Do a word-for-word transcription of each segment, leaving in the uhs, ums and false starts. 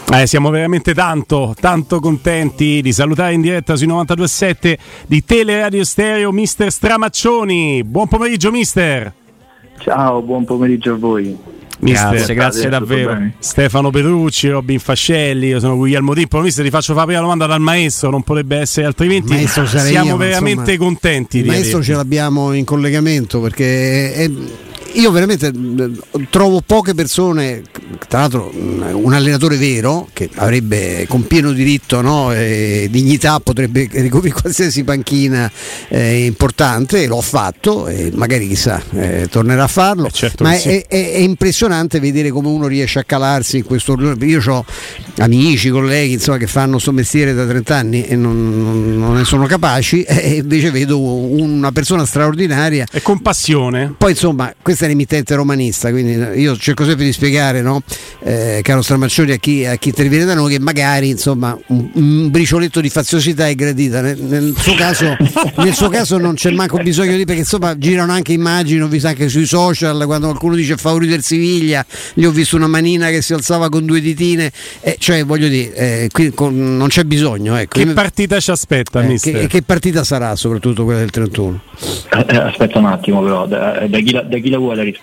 Eh, siamo veramente tanto, tanto contenti di salutare in diretta sui novantadue virgola sette di Teleradio Stereo mister Stramaccioni. Buon pomeriggio mister. Ciao, buon pomeriggio a voi. Mister, grazie, grazie davvero. Stefano Petrucci, Robin Fascelli, io sono Guglielmo Timpolo. Mister, ti faccio fare la prima domanda dal maestro, non potrebbe essere altrimenti. Siamo io, veramente insomma, contenti. Il di maestro averti. Ce l'abbiamo in collegamento perché è, io veramente trovo poche persone, tra l'altro un allenatore vero che avrebbe con pieno diritto, no, e dignità potrebbe ricoprire qualsiasi panchina eh, importante, l'ho fatto e magari chissà eh, tornerà a farlo, eh certo ma sì. è, è, è impressionante vedere come uno riesce a calarsi in questo. Io ho amici, colleghi insomma che fanno questo mestiere da trenta anni e non, non ne sono capaci, e invece vedo una persona straordinaria e con passione. Poi insomma questa è l'emittente romanista, quindi io cerco sempre di spiegare, no, eh, caro Stramaccioni, a chi, a chi interviene da noi, che magari insomma un, un bricioletto di faziosità è gradita. Nel, nel, suo caso, nel suo caso non c'è manco bisogno di, perché insomma girano anche immagini, ho visto anche sui social quando qualcuno dice favorito del Siviglia, gli ho visto una manina che si alzava con due ditine, eh, cioè voglio dire, eh, qui con, non c'è bisogno, ecco. Che partita ci aspetta, eh, mister? Che, che partita sarà soprattutto quella del trentuno? Eh, aspetta un attimo però, da, da, chi, la, da chi la vuole la risposta?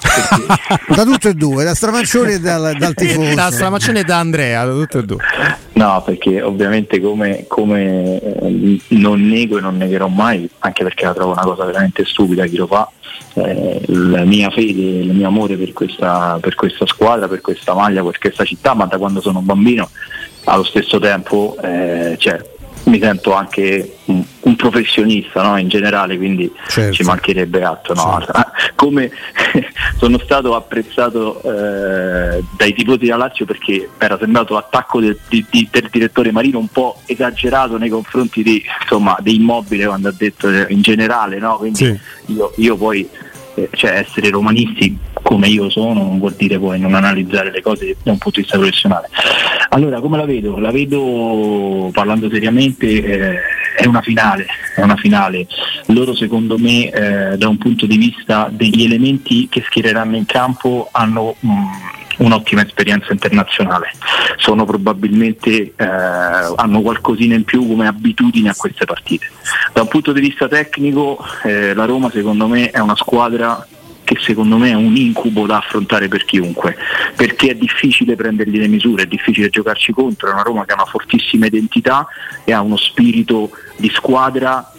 Da tutte e due, da Stramaccioni e dal, dal tifoso. Da Stramaccioni e da Andrea, da tutte e due. No, perché ovviamente come, come eh, non nego e non negherò mai, anche perché la trovo una cosa veramente stupida chi lo fa, eh, la mia fede, il mio amore per questa, per questa squadra, per questa maglia, per questa città, ma da quando sono un bambino, allo stesso tempo eh, cioè, mi sento anche un, un professionista, no? In generale, quindi certo. Ci mancherebbe altro, no? Certo. Come sono stato apprezzato eh, dai tifosi della Lazio, perché era sembrato l'attacco del, di, di, del direttore Marino un po' esagerato nei confronti di, insomma, di Immobile, quando ha detto eh, in generale, no? Quindi sì. io, io poi eh, cioè essere romanisti come io sono non vuol dire poi non analizzare le cose da un punto di vista professionale. Allora, come la vedo? La vedo, parlando seriamente, eh, è una finale, è una finale. Loro secondo me eh, da un punto di vista degli elementi che schiereranno in campo hanno mh, un'ottima esperienza internazionale, sono probabilmente eh, hanno qualcosina in più come abitudine a queste partite. Da un punto di vista tecnico eh, la Roma secondo me è una squadra che secondo me è un incubo da affrontare per chiunque, perché è difficile prendergli le misure, è difficile giocarci contro. È una Roma che ha una fortissima identità e ha uno spirito di squadra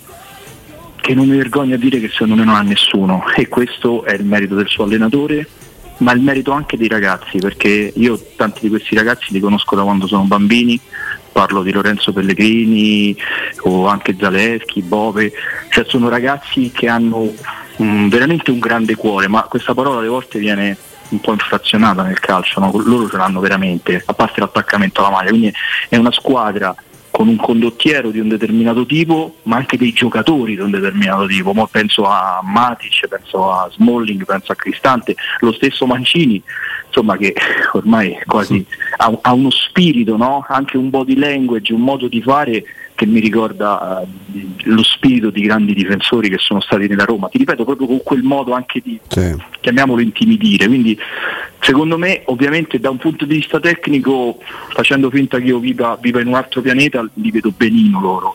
che non mi vergogno a dire che secondo me non ha nessuno, e questo è il merito del suo allenatore, ma il merito anche dei ragazzi, perché io tanti di questi ragazzi li conosco da quando sono bambini. Parlo di Lorenzo Pellegrini o anche Zaleschi, Bove, cioè sono ragazzi che hanno um, veramente un grande cuore, ma questa parola alle volte viene un po' infrazionata nel calcio, no? Loro ce l'hanno veramente, a parte l'attaccamento alla maglia, quindi è una squadra con un condottiero di un determinato tipo, ma anche dei giocatori di un determinato tipo. Mo penso a Matic, penso a Smalling, penso a Cristante, lo stesso Mancini, insomma, che ormai quasi ha, ha uno spirito, no? Anche un body language, un modo di fare che mi ricorda uh, lo spirito di grandi difensori che sono stati nella Roma. Ti ripeto, proprio con quel modo anche di, sì. chiamiamolo, intimidire. Quindi secondo me, ovviamente da un punto di vista tecnico, facendo finta che io viva, viva in un altro pianeta, li vedo benino loro,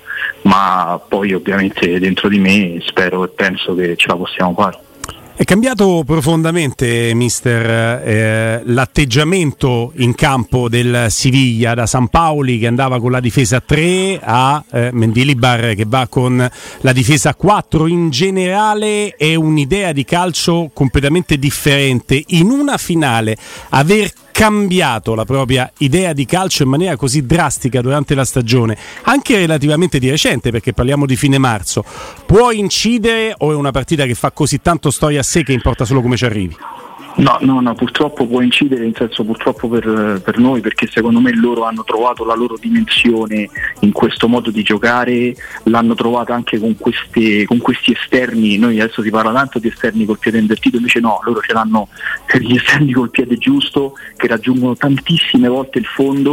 ma poi ovviamente dentro di me spero e penso che ce la possiamo fare. È cambiato profondamente, mister, eh, l'atteggiamento in campo del Siviglia, da Sampaoli che andava con la difesa a tre a eh, Mendilibar che va con la difesa a quattro. In generale è un'idea di calcio completamente differente. In una finale aver cambiato la propria idea di calcio in maniera così drastica durante la stagione, anche relativamente di recente, perché parliamo di fine marzo, può incidere o è una partita che fa così tanto storia a sé che importa solo come ci arrivi? No, no, no, purtroppo può incidere, in senso purtroppo per, per noi, perché secondo me loro hanno trovato la loro dimensione in questo modo di giocare, l'hanno trovata anche con, queste, con questi esterni. Noi adesso si parla tanto di esterni col piede invertito, invece no, loro ce l'hanno gli esterni col piede giusto, che raggiungono tantissime volte il fondo,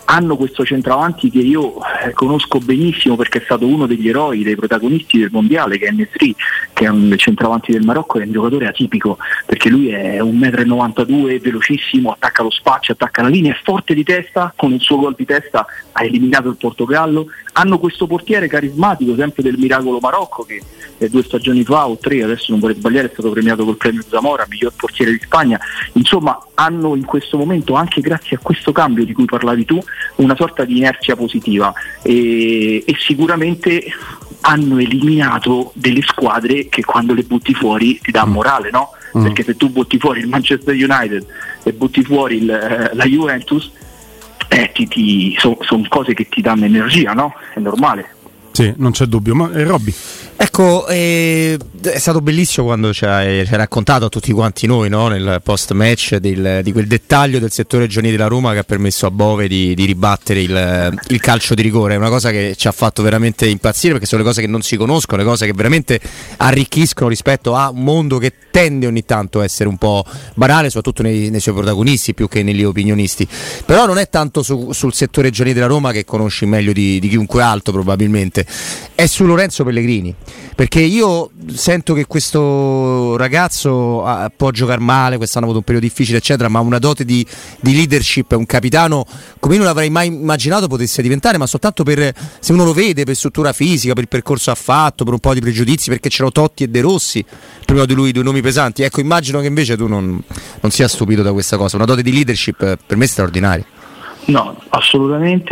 hanno questo centravanti che io eh, conosco benissimo perché è stato uno degli eroi, dei protagonisti del mondiale, che è Nesri, che è un centravanti del Marocco, è un giocatore atipico perché lui è un metro e novantadue, velocissimo, attacca lo spazio, attacca la linea, è forte di testa, con il suo gol di testa ha eliminato il Portogallo. Hanno questo portiere carismatico, sempre del Miracolo Marocco, che eh, due stagioni fa o tre, adesso non vorrei sbagliare, è stato premiato col premio Zamora, miglior portiere di Spagna. Insomma, hanno in questo momento, anche grazie a questo cambio di cui parlavi tu, una sorta di inerzia positiva e, e sicuramente hanno eliminato delle squadre che quando le butti fuori ti dà morale, no? Mm. Perché se tu butti fuori il Manchester United e butti fuori il, la Juventus, eh, ti, ti, sono son cose che ti danno energia, no? È normale. Sì, non c'è dubbio. Ma eh, Robby? Ecco, eh, è stato bellissimo quando ci hai, ci hai raccontato a tutti quanti noi, no, nel post match del, di quel dettaglio del settore giovanile della Roma che ha permesso a Bove di, di ribattere il, il calcio di rigore. È una cosa che ci ha fatto veramente impazzire, perché sono le cose che non si conoscono, le cose che veramente arricchiscono rispetto a un mondo che tende ogni tanto a essere un po' banale, soprattutto nei, nei suoi protagonisti più che negli opinionisti. Però non è tanto su, sul settore giovanile della Roma, che conosci meglio di, di chiunque altro probabilmente, è su Lorenzo Pellegrini. Perché io sento che questo ragazzo ah, può giocare male, quest'anno ha avuto un periodo difficile eccetera, ma una dote di, di leadership, è un capitano come io non l'avrei mai immaginato potesse diventare, ma soltanto per, se uno lo vede, per struttura fisica, per il percorso ha fatto, per un po' di pregiudizi, perché c'erano Totti e De Rossi prima di lui, due nomi pesanti. Ecco, immagino che invece tu non, non sia stupito da questa cosa, una dote di leadership per me straordinaria. No, assolutamente.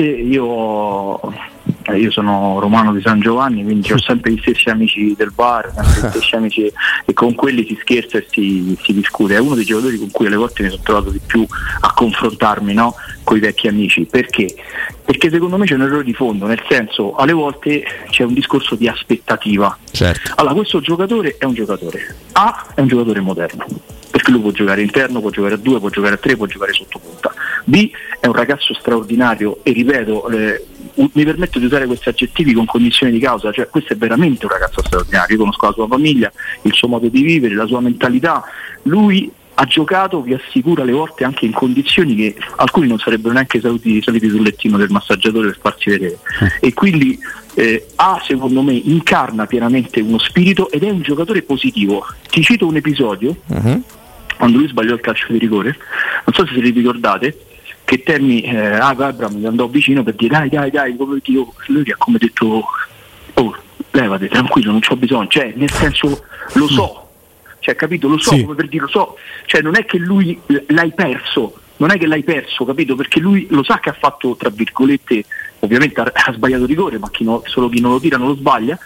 Io io sono romano di San Giovanni, quindi ho sempre gli stessi amici del bar, sempre gli stessi amici, e con quelli si scherza e si, si discute. È uno dei giocatori con cui alle volte mi sono trovato di più a confrontarmi, no? Con i vecchi amici. Perché? Perché secondo me c'è un errore di fondo, nel senso, alle volte c'è un discorso di aspettativa. Certo. Allora, questo giocatore è un giocatore A, è un giocatore moderno, perché lui può giocare interno, può giocare a due, può giocare a tre, può giocare sotto punta. B, è un ragazzo straordinario e ripeto, eh, mi permetto di usare questi aggettivi con cognizione di causa, cioè questo è veramente un ragazzo straordinario. Io conosco la sua famiglia, il suo modo di vivere, la sua mentalità. Lui ha giocato, vi assicuro, alle volte anche in condizioni che alcuni non sarebbero neanche saliti, saliti sul lettino del massaggiatore per farsi vedere, e quindi eh, ha, secondo me, incarna pienamente uno spirito ed è un giocatore positivo. Ti cito un episodio, uh-huh. quando lui sbagliò il calcio di rigore, non so se vi ricordate, che Terni eh, ah, Abraham mi andò vicino per dire dai dai dai, come Dio, lui ha come detto oh levate, tranquillo, non c'ho bisogno, cioè nel senso lo so, cioè capito, lo so, sì. Come per dire lo so, cioè non è che lui l'hai perso, non è che l'hai perso, capito, perché lui lo sa che ha fatto, tra virgolette, ovviamente ha, ha sbagliato rigore, ma chi no, solo chi non lo tira non lo sbaglia.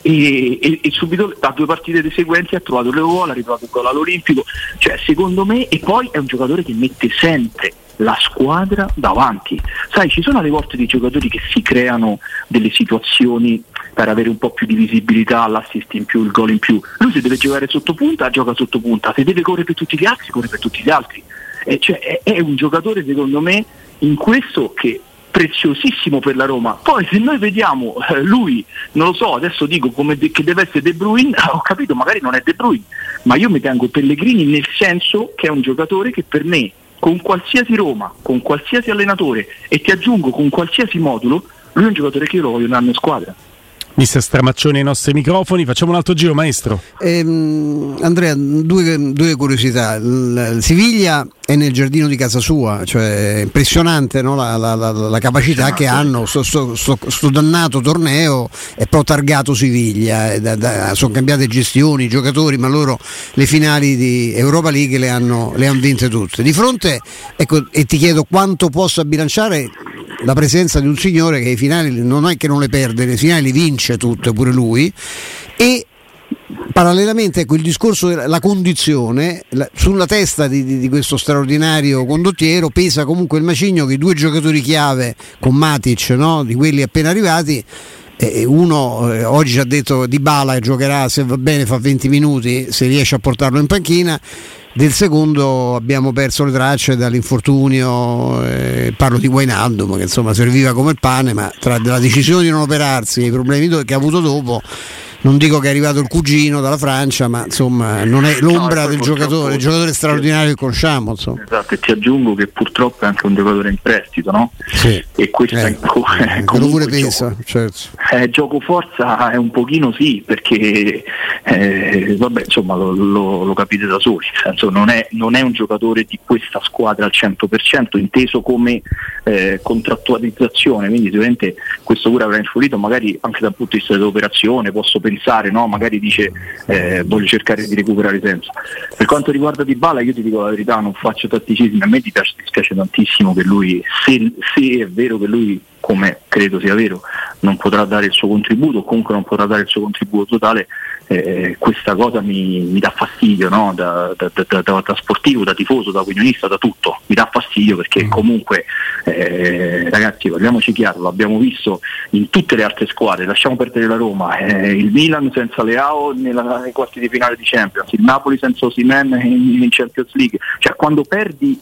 E, e, e subito da due partite di sequenza ha trovato le gol, ha ritrovato il gol all'Olimpico, cioè secondo me, e poi è un giocatore che mette sempre la squadra davanti. Sai, ci sono alle volte dei giocatori che si creano delle situazioni per avere un po' più di visibilità, l'assist in più, il gol in più. Lui se deve giocare sotto punta, gioca sotto punta, se deve correre per tutti gli altri, corre per tutti gli altri. E cioè è, è un giocatore, secondo me, in questo che preziosissimo per la Roma. Poi se noi vediamo eh, lui, non lo so, adesso dico come de- che deve essere De Bruyne, ho capito, magari non è De Bruyne, ma io mi tengo Pellegrini nel senso che è un giocatore che per me, con qualsiasi Roma, con qualsiasi allenatore, e ti aggiungo con qualsiasi modulo, lui è un giocatore che io lo voglio andare in squadra. Mister Stramaccioni ai nostri microfoni, facciamo un altro giro, maestro. ehm, Andrea, due, due curiosità. Il Siviglia è nel giardino di casa sua, cioè è impressionante, no? la, la, la, la capacità che hanno. Sto, sto, sto, sto dannato torneo è proprio targato Siviglia, da, da, sono cambiate gestioni, giocatori, ma loro le finali di Europa League le hanno, le hanno vinte tutte. Di fronte, ecco, e ti chiedo quanto possa bilanciare la presenza di un signore che i finali non è che non le perde, le finali le vince tutte, pure lui, e parallelamente, ecco, il discorso della condizione la, sulla testa di, di, di questo straordinario condottiero pesa comunque il macigno che i due giocatori chiave con Matic, no, di quelli appena arrivati, eh, uno eh, oggi ha detto Dybala giocherà, se va bene fa venti minuti, se riesce a portarlo in panchina. Del secondo abbiamo perso le tracce dall'infortunio, eh, parlo di Wijnaldum, che insomma serviva come il pane, ma tra la decisione di non operarsi e i problemi che ha avuto dopo, non dico che è arrivato il cugino dalla Francia, ma insomma non è l'ombra no, del giocatore, il giocatore straordinario che conosciamo. Insomma. Esatto, e ti aggiungo che purtroppo è anche un giocatore in prestito, no? Sì. E questo eh, è comunque pure pensa, gioco, certo. eh, gioco forza è un pochino sì, perché eh, vabbè, insomma lo, lo, lo capite da soli, nel senso non è, non è un giocatore di questa squadra al cento per cento inteso come eh, contrattualizzazione, quindi sicuramente questo pure avrà influito magari anche dal punto di vista dell'operazione, posso pensare, no? Magari dice eh, voglio cercare di recuperare senza. Per quanto riguarda Dybala, io ti dico la verità, non faccio tatticismi, a me ti piace, ti dispiace tantissimo che lui, se, se è vero che lui, come credo sia vero, non potrà dare il suo contributo, o comunque non potrà dare il suo contributo totale, eh, questa cosa mi, mi dà fastidio, no? da, da, da, da, da sportivo, da tifoso, da opinionista, da tutto, mi dà fastidio perché comunque eh, ragazzi, parliamoci chiaro, l'abbiamo visto in tutte le altre squadre, lasciamo perdere la Roma, eh, il Milan senza Leao nella, nei quarti di finale di Champions, il Napoli senza Osimhen in, in Champions League, cioè quando perdi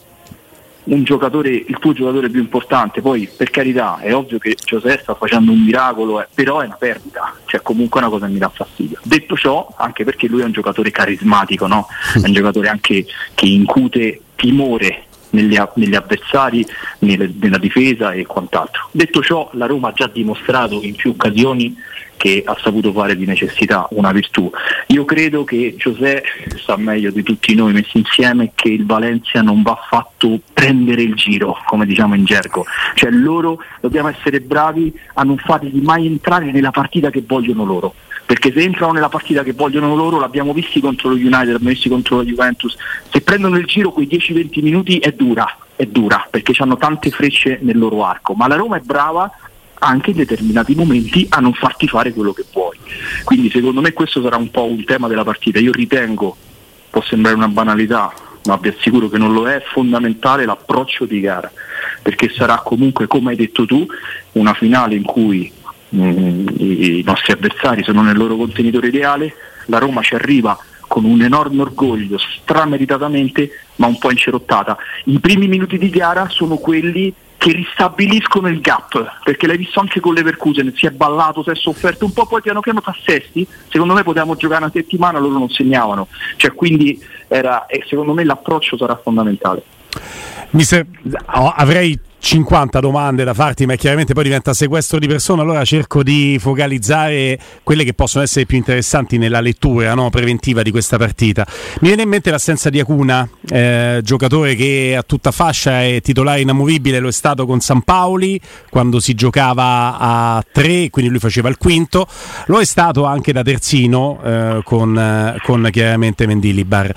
un giocatore, il tuo giocatore più importante, poi per carità è ovvio che José sta facendo un miracolo, eh, però è una perdita, cioè comunque è una cosa che mi dà fastidio. Detto ciò, anche perché lui è un giocatore carismatico, no? È un giocatore anche che incute timore negli, negli avversari, nelle, nella difesa e quant'altro. Detto ciò, la Roma ha già dimostrato in più occasioni che ha saputo fare di necessità una virtù. Io credo che José sa meglio di tutti noi messi insieme che il Valencia non va fatto prendere il giro, come diciamo in gergo, cioè loro dobbiamo essere bravi a non farli mai entrare nella partita che vogliono loro, perché se entrano nella partita che vogliono loro, l'abbiamo visti contro lo United, l'abbiamo visti contro la Juventus, se prendono il giro quei dieci venti minuti è dura, è dura perché hanno tante frecce nel loro arco, ma la Roma è brava anche in determinati momenti a non farti fare quello che vuoi. Quindi secondo me questo sarà un po' un tema della partita. Io ritengo, può sembrare una banalità, ma vi assicuro che non lo è, fondamentale l'approccio di gara, perché sarà comunque, come hai detto tu, una finale in cui mh, i nostri avversari sono nel loro contenitore ideale, la Roma ci arriva con un enorme orgoglio, strameritatamente, ma un po' incerottata. I primi minuti di gara sono quelli che ristabiliscono il gap, perché l'hai visto anche con Leverkusen, si è ballato, si è sofferto un po', poi piano piano t'assesti, secondo me potevamo giocare una settimana, loro non segnavano, cioè quindi era, e secondo me l'approccio sarà fondamentale. Mister, avrei cinquanta domande da farti, ma chiaramente poi diventa sequestro di persona, allora cerco di focalizzare quelle che possono essere più interessanti nella lettura, no, preventiva di questa partita. Mi viene in mente l'assenza di Acuna, eh, giocatore che a tutta fascia è titolare inamovibile, lo è stato con Sampaoli quando si giocava a tre, quindi lui faceva il quinto, lo è stato anche da terzino eh, con, eh, con chiaramente Mendilibar,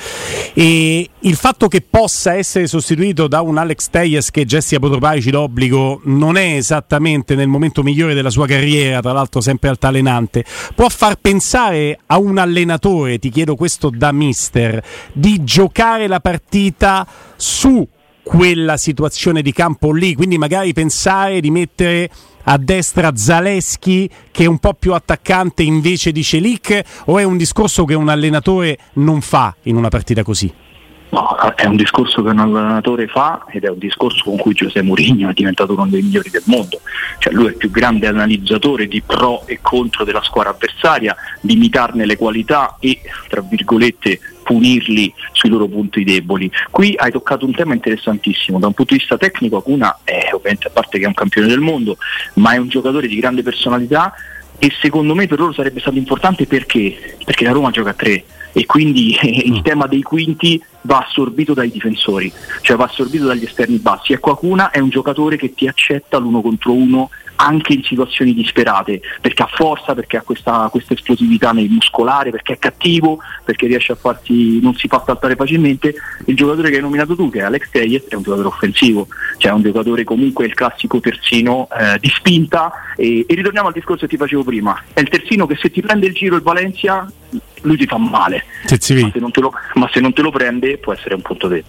e il fatto che possa essere sostituito da un Alex Telles che gesti apotropaici d'obbligo non è esattamente nel momento migliore della sua carriera, tra l'altro sempre altalenante, può far pensare a un allenatore, ti chiedo questo da mister, di giocare la partita su quella situazione di campo lì, quindi magari pensare di mettere a destra Zalewski che è un po' più attaccante invece di Celik, o è un discorso che un allenatore non fa in una partita così? No, è un discorso che un allenatore fa ed è un discorso con cui José Mourinho è diventato uno dei migliori del mondo, cioè lui è il più grande analizzatore di pro e contro della squadra avversaria, limitarne le qualità e, tra virgolette, punirli sui loro punti deboli. Qui hai toccato un tema interessantissimo, da un punto di vista tecnico Acuna è ovviamente, a parte che è un campione del mondo, ma è un giocatore di grande personalità e secondo me per loro sarebbe stato importante perché? Perché la Roma gioca a tre e quindi eh, il tema dei quinti va assorbito dai difensori, cioè va assorbito dagli esterni bassi. Ecco, Acuna è un giocatore che ti accetta l'uno contro uno anche in situazioni disperate, perché ha forza, perché ha questa, questa esplosività nel muscolare, perché è cattivo, perché riesce a farsi, non si fa saltare facilmente. Il giocatore che hai nominato tu, che è Alex Telles, è un giocatore offensivo, cioè è un giocatore comunque il classico terzino eh, di spinta e, e ritorniamo al discorso che ti facevo prima, è il terzino che se ti prende il giro il Valencia lui ti fa male, se ma se, non te lo, ma se non te lo prende può essere un punto debole.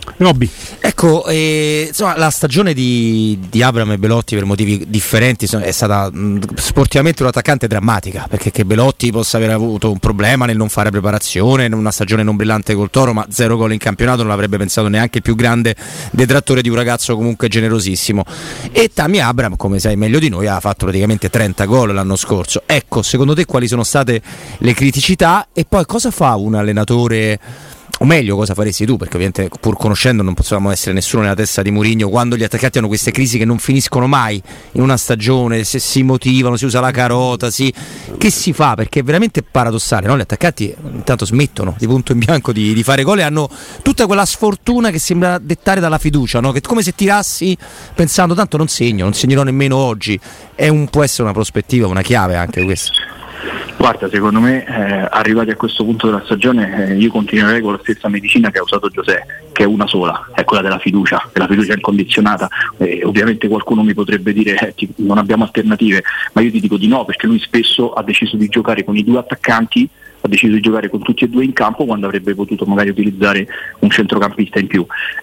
Robby. Ecco, eh, insomma, la stagione di, di Abraham e Belotti per motivi differenti è stata mh, sportivamente un attaccante drammatica, perché che Belotti possa aver avuto un problema nel non fare preparazione, in una stagione non brillante col Toro, ma zero gol in campionato, non l'avrebbe pensato neanche il più grande detrattore di un ragazzo comunque generosissimo. E Tammy Abraham, come sai meglio di noi, ha fatto praticamente trenta gol l'anno scorso. Ecco, secondo te quali sono state le criticità e poi cosa fa un allenatore? O meglio, cosa faresti tu? Perché ovviamente, pur conoscendo, non possiamo essere nessuno nella testa di Mourinho, quando gli attaccanti hanno queste crisi che non finiscono mai in una stagione, se si motivano, si usa la carota, si... che si fa? Perché è veramente paradossale, no? Gli attaccanti intanto smettono di punto in bianco di, di fare gol e hanno tutta quella sfortuna che sembra dettare dalla fiducia, no? Che come se tirassi pensando tanto non segno, non segnerò nemmeno oggi. È un, può essere una prospettiva, una chiave anche questa. Guarda, secondo me eh, arrivati a questo punto della stagione eh, io continuerei con la stessa medicina che ha usato Giuseppe, che è una sola, è quella della fiducia, della fiducia incondizionata. Eh, ovviamente qualcuno mi potrebbe dire eh, ti, non abbiamo alternative, ma io ti dico di no, perché lui spesso ha deciso di giocare con i due attaccanti, ha deciso di giocare con tutti e due in campo quando avrebbe potuto magari utilizzare un centrocampista in più.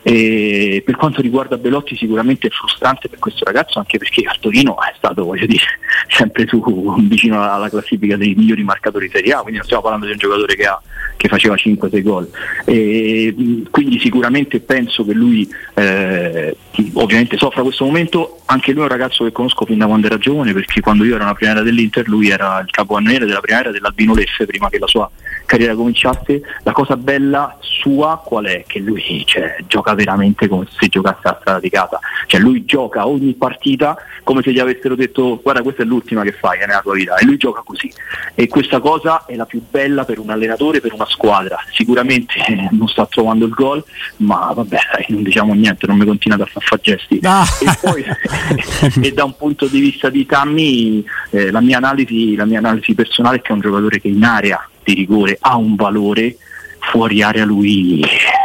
E per quanto riguarda Belotti, sicuramente è frustrante per questo ragazzo, anche perché a Torino è stato, voglio dire, sempre su vicino alla classifica dei migliori marcatori Serie A, quindi non stiamo parlando di un giocatore che, ha, che faceva cinque sei gol. E quindi sicuramente penso che lui eh, ovviamente soffra questo momento. Anche lui è un ragazzo che conosco fin da quando era giovane, perché quando io ero nella primavera dell'Inter lui era il capocannoniere della primavera dell'Albino Leffe prima che la sua carriera cominciasse. La cosa bella sua qual è? Che lui cioè, gioca veramente come se giocasse a strada di casa, cioè lui gioca ogni partita come se gli avessero detto guarda questa è l'ultima che fai nella tua vita, e lui gioca così, e questa cosa è la più bella per un allenatore, per una squadra. Sicuramente eh, non sta trovando il gol, ma vabbè dai, non diciamo niente, non mi continuate a far fare gesti. Ah. E poi e da un punto di vista di Tammy eh, la mia analisi la mia analisi personale è che è un giocatore che in area di rigore ha un valore, fuori area lui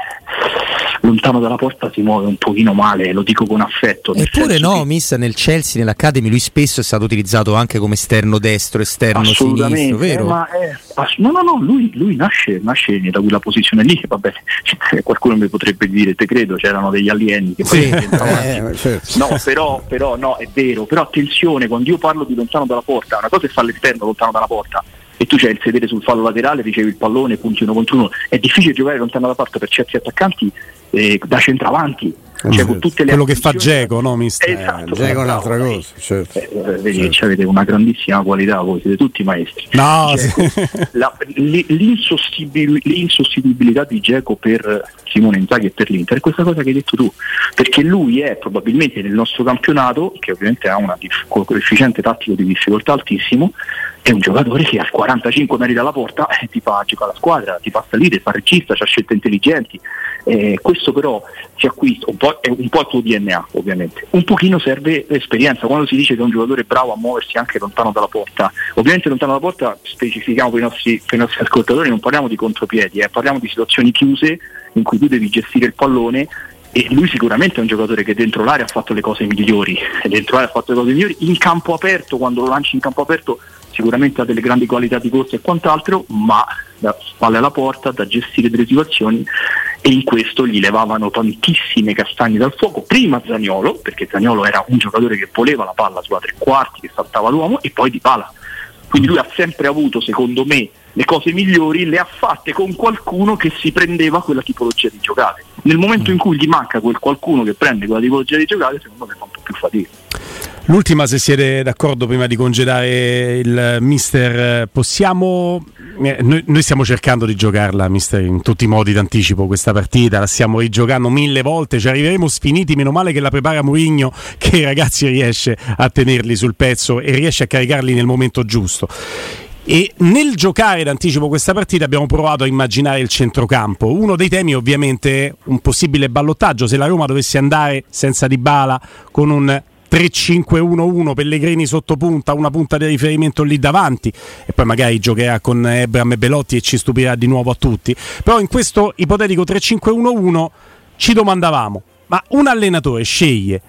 lontano dalla porta si muove un pochino male, lo dico con affetto. Eppure no, che... miss nel Chelsea, nell'Academy, lui spesso è stato utilizzato anche come esterno destro, esterno sinistro, vero? Eh, ma è, ass- no, no, no, lui, lui nasce, nasce da quella posizione lì, vabbè, qualcuno mi potrebbe dire, te credo, c'erano degli alieni che poi sì. eh, certo. No, però, però no, è vero, però attenzione, quando io parlo di lontano dalla porta, una cosa è fare l'esterno lontano dalla porta, e tu c'hai il sedere sul fallo laterale, ricevi il pallone, punti uno contro uno, è difficile giocare lontano dalla porta per certi attaccanti eh, da centravanti, cioè con tutte le quello che fa Dzeko, no mister? Esatto, Dzeko è un'altra cosa, certo. eh, vedi certo. che avete una grandissima qualità, voi siete tutti maestri. No, cioè, sì. la, l'insostibil- l'insostituibilità di Dzeko per Simone Inzaghi e per l'Inter è questa cosa che hai detto tu, perché lui è probabilmente nel nostro campionato, che ovviamente ha un coefficiente tattico di difficoltà altissimo, è un giocatore che al quarantacinque metri dalla porta eh, ti fa giocare la squadra, ti fa salire, fa regista, c'ha scelte intelligenti. Eh, questo però si acquista un po', è un po' il tuo D N A ovviamente, un pochino serve l'esperienza. Quando si dice che è un giocatore bravo a muoversi anche lontano dalla porta, ovviamente lontano dalla porta specifichiamo per i nostri, per i nostri ascoltatori, non parliamo di contropiedi, eh, parliamo di situazioni chiuse in cui tu devi gestire il pallone, e lui sicuramente è un giocatore che dentro l'area ha fatto le cose migliori, e dentro l'area ha fatto le cose migliori in campo aperto, quando lo lanci in campo aperto sicuramente ha delle grandi qualità di corsa e quant'altro, ma da spalle alla porta, da gestire delle situazioni, e in questo gli levavano tantissime castagne dal fuoco. Prima Zaniolo, perché Zaniolo era un giocatore che voleva la palla sulla tre quarti, che saltava l'uomo, e poi Dybala. Quindi lui ha sempre avuto, secondo me, le cose migliori le ha fatte con qualcuno che si prendeva quella tipologia di giocate. Nel momento in cui gli manca quel qualcuno che prende quella tipologia di giocate, secondo me fa un po' più fatica. L'ultima, se siete d'accordo, prima di congedare il mister, possiamo eh, noi, noi stiamo cercando di giocarla, mister, in tutti i modi d'anticipo questa partita, la stiamo rigiocando mille volte, ci arriveremo sfiniti, meno male che la prepara Mourinho, che i ragazzi riesce a tenerli sul pezzo e riesce a caricarli nel momento giusto. E nel giocare d'anticipo questa partita abbiamo provato a immaginare il centrocampo. Uno dei temi ovviamente un possibile ballottaggio, se la Roma dovesse andare senza Dybala con un tre cinque uno uno, Pellegrini sotto punta, una punta di riferimento lì davanti, e poi magari giocherà con Abraham e Belotti e ci stupirà di nuovo a tutti. Però in questo ipotetico tre cinque uno uno ci domandavamo, ma un allenatore sceglie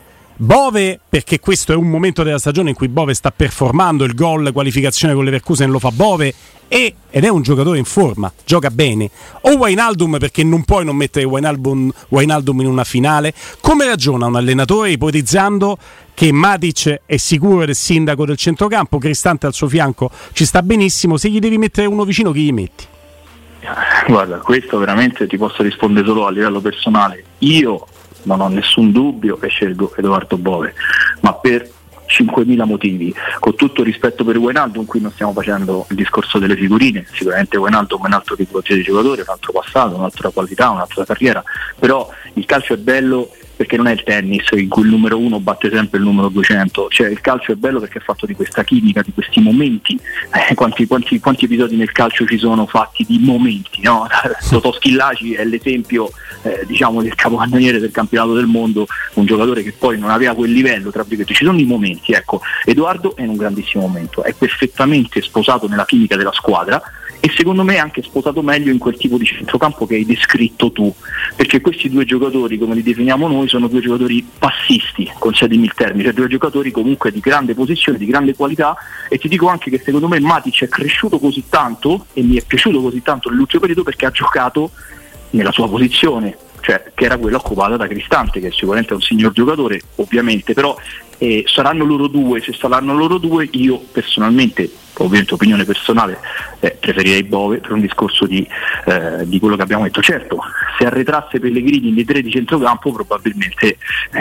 Bove, perché questo è un momento della stagione in cui Bove sta performando, il gol qualificazione con Leverkusen lo fa Bove e, ed è un giocatore in forma, gioca bene. O Wijnaldum, perché non puoi non mettere Wijnaldum, Wijnaldum in una finale. Come ragiona un allenatore ipotizzando che Matic è sicuro del sindaco del centrocampo, Cristante al suo fianco ci sta benissimo, se gli devi mettere uno vicino chi gli metti? Guarda, questo veramente ti posso rispondere solo a livello personale. Io non ho nessun dubbio e scelgo Edoardo Bove, ma per cinquemila motivi. Con tutto rispetto per Wijnaldum, qui non stiamo facendo il discorso delle figurine, sicuramente Wijnaldum è un altro tipologia di giocatore, un altro passato, un'altra qualità, un'altra carriera, però il calcio è bello perché non è il tennis in cui il numero uno batte sempre il numero duecento, cioè il calcio è bello perché è fatto di questa chimica, di questi momenti. Eh, quanti, quanti, quanti episodi nel calcio ci sono fatti di momenti, no? Totò Schillaci è l'esempio eh, diciamo del capocannoniere del campionato del mondo, un giocatore che poi non aveva quel livello, tra virgolette. Ci sono i momenti, ecco, Edoardo è in un grandissimo momento, è perfettamente sposato nella chimica della squadra e secondo me è anche sposato meglio in quel tipo di centrocampo che hai descritto tu, perché questi due giocatori, come li definiamo noi, sono due giocatori passisti, concedimi il termine, cioè due giocatori comunque di grande posizione, di grande qualità, e ti dico anche che secondo me Matic è cresciuto così tanto e mi è piaciuto così tanto nell'ultimo periodo perché ha giocato nella sua posizione, cioè che era quella occupata da Cristante, che sicuramente è un signor giocatore ovviamente, però eh, saranno loro due, se saranno loro due io personalmente, ovviamente opinione personale, eh, preferirei Bove per un discorso di, eh, di quello che abbiamo detto. Certo, se arretrasse Pellegrini nei tre di centrocampo probabilmente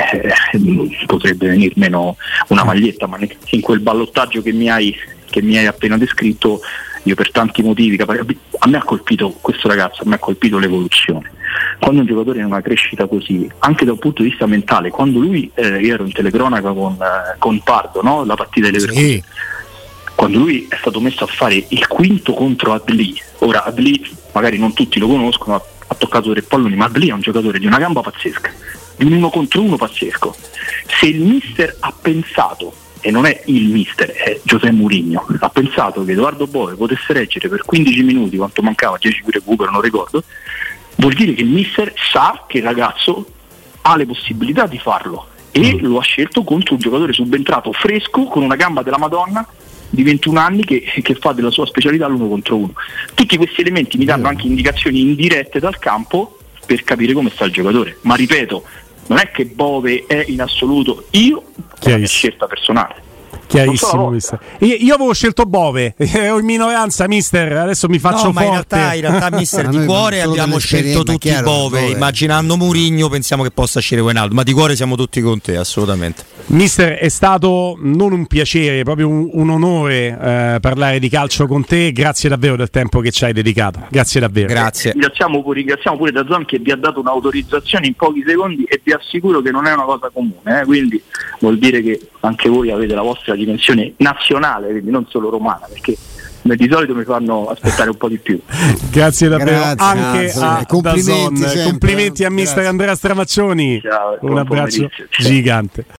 eh, potrebbe venir meno una maglietta, ma in quel ballottaggio che mi hai, che mi hai appena descritto, io per tanti motivi, a me ha colpito questo ragazzo, a me ha colpito l'evoluzione. Quando un giocatore è in una crescita così, anche da un punto di vista mentale, quando lui, eh, io ero in telecronaca con, eh, con Pardo, no? La partita delle Leverkusen, sì. Quando lui è stato messo a fare il quinto contro Adli, ora Adli magari non tutti lo conoscono, ha toccato tre palloni, ma Adli è un giocatore di una gamba pazzesca, di un uno contro uno pazzesco. Se il mister ha pensato, e non è il mister, è Giuseppe Mourinho, ha pensato che Edoardo Bove potesse reggere per quindici minuti, quanto mancava, dieci di recupero, non ricordo, vuol dire che il mister sa che il ragazzo ha le possibilità di farlo e mm. lo ha scelto contro un giocatore subentrato fresco con una gamba della Madonna di ventuno anni che, che fa della sua specialità l'uno contro uno. Tutti questi elementi mi danno anche indicazioni indirette dal campo per capire come sta il giocatore, ma ripeto, non è che Bove è in assoluto, io ho la mia scelta personale. Chiarissimo, mister. Io, io avevo scelto Bove, ero in minoranza, mister. Adesso mi faccio no, forte. Ma in realtà, in realtà mister, di cuore abbiamo scelto tutti chiaro, Bove. Bove. Immaginando Mourinho, pensiamo che possa scegliere Wijnaldum, ma di cuore siamo tutti con te, assolutamente. Mister, è stato non un piacere, proprio un, un onore eh, parlare di calcio con te. Grazie davvero del tempo che ci hai dedicato. Grazie davvero. Grazie. Ringraziamo pure, ringraziamo pure Dazon che vi ha dato un'autorizzazione in pochi secondi e vi assicuro che non è una cosa comune, eh? Quindi vuol dire che anche voi avete la vostra dimensione nazionale, quindi non solo romana, perché di solito mi fanno aspettare un po' di più. Grazie davvero. Grazie, anche grazie. a complimenti, Dazon. Complimenti a mister Andrea Stramaccioni. Ciao, un abbraccio gigante.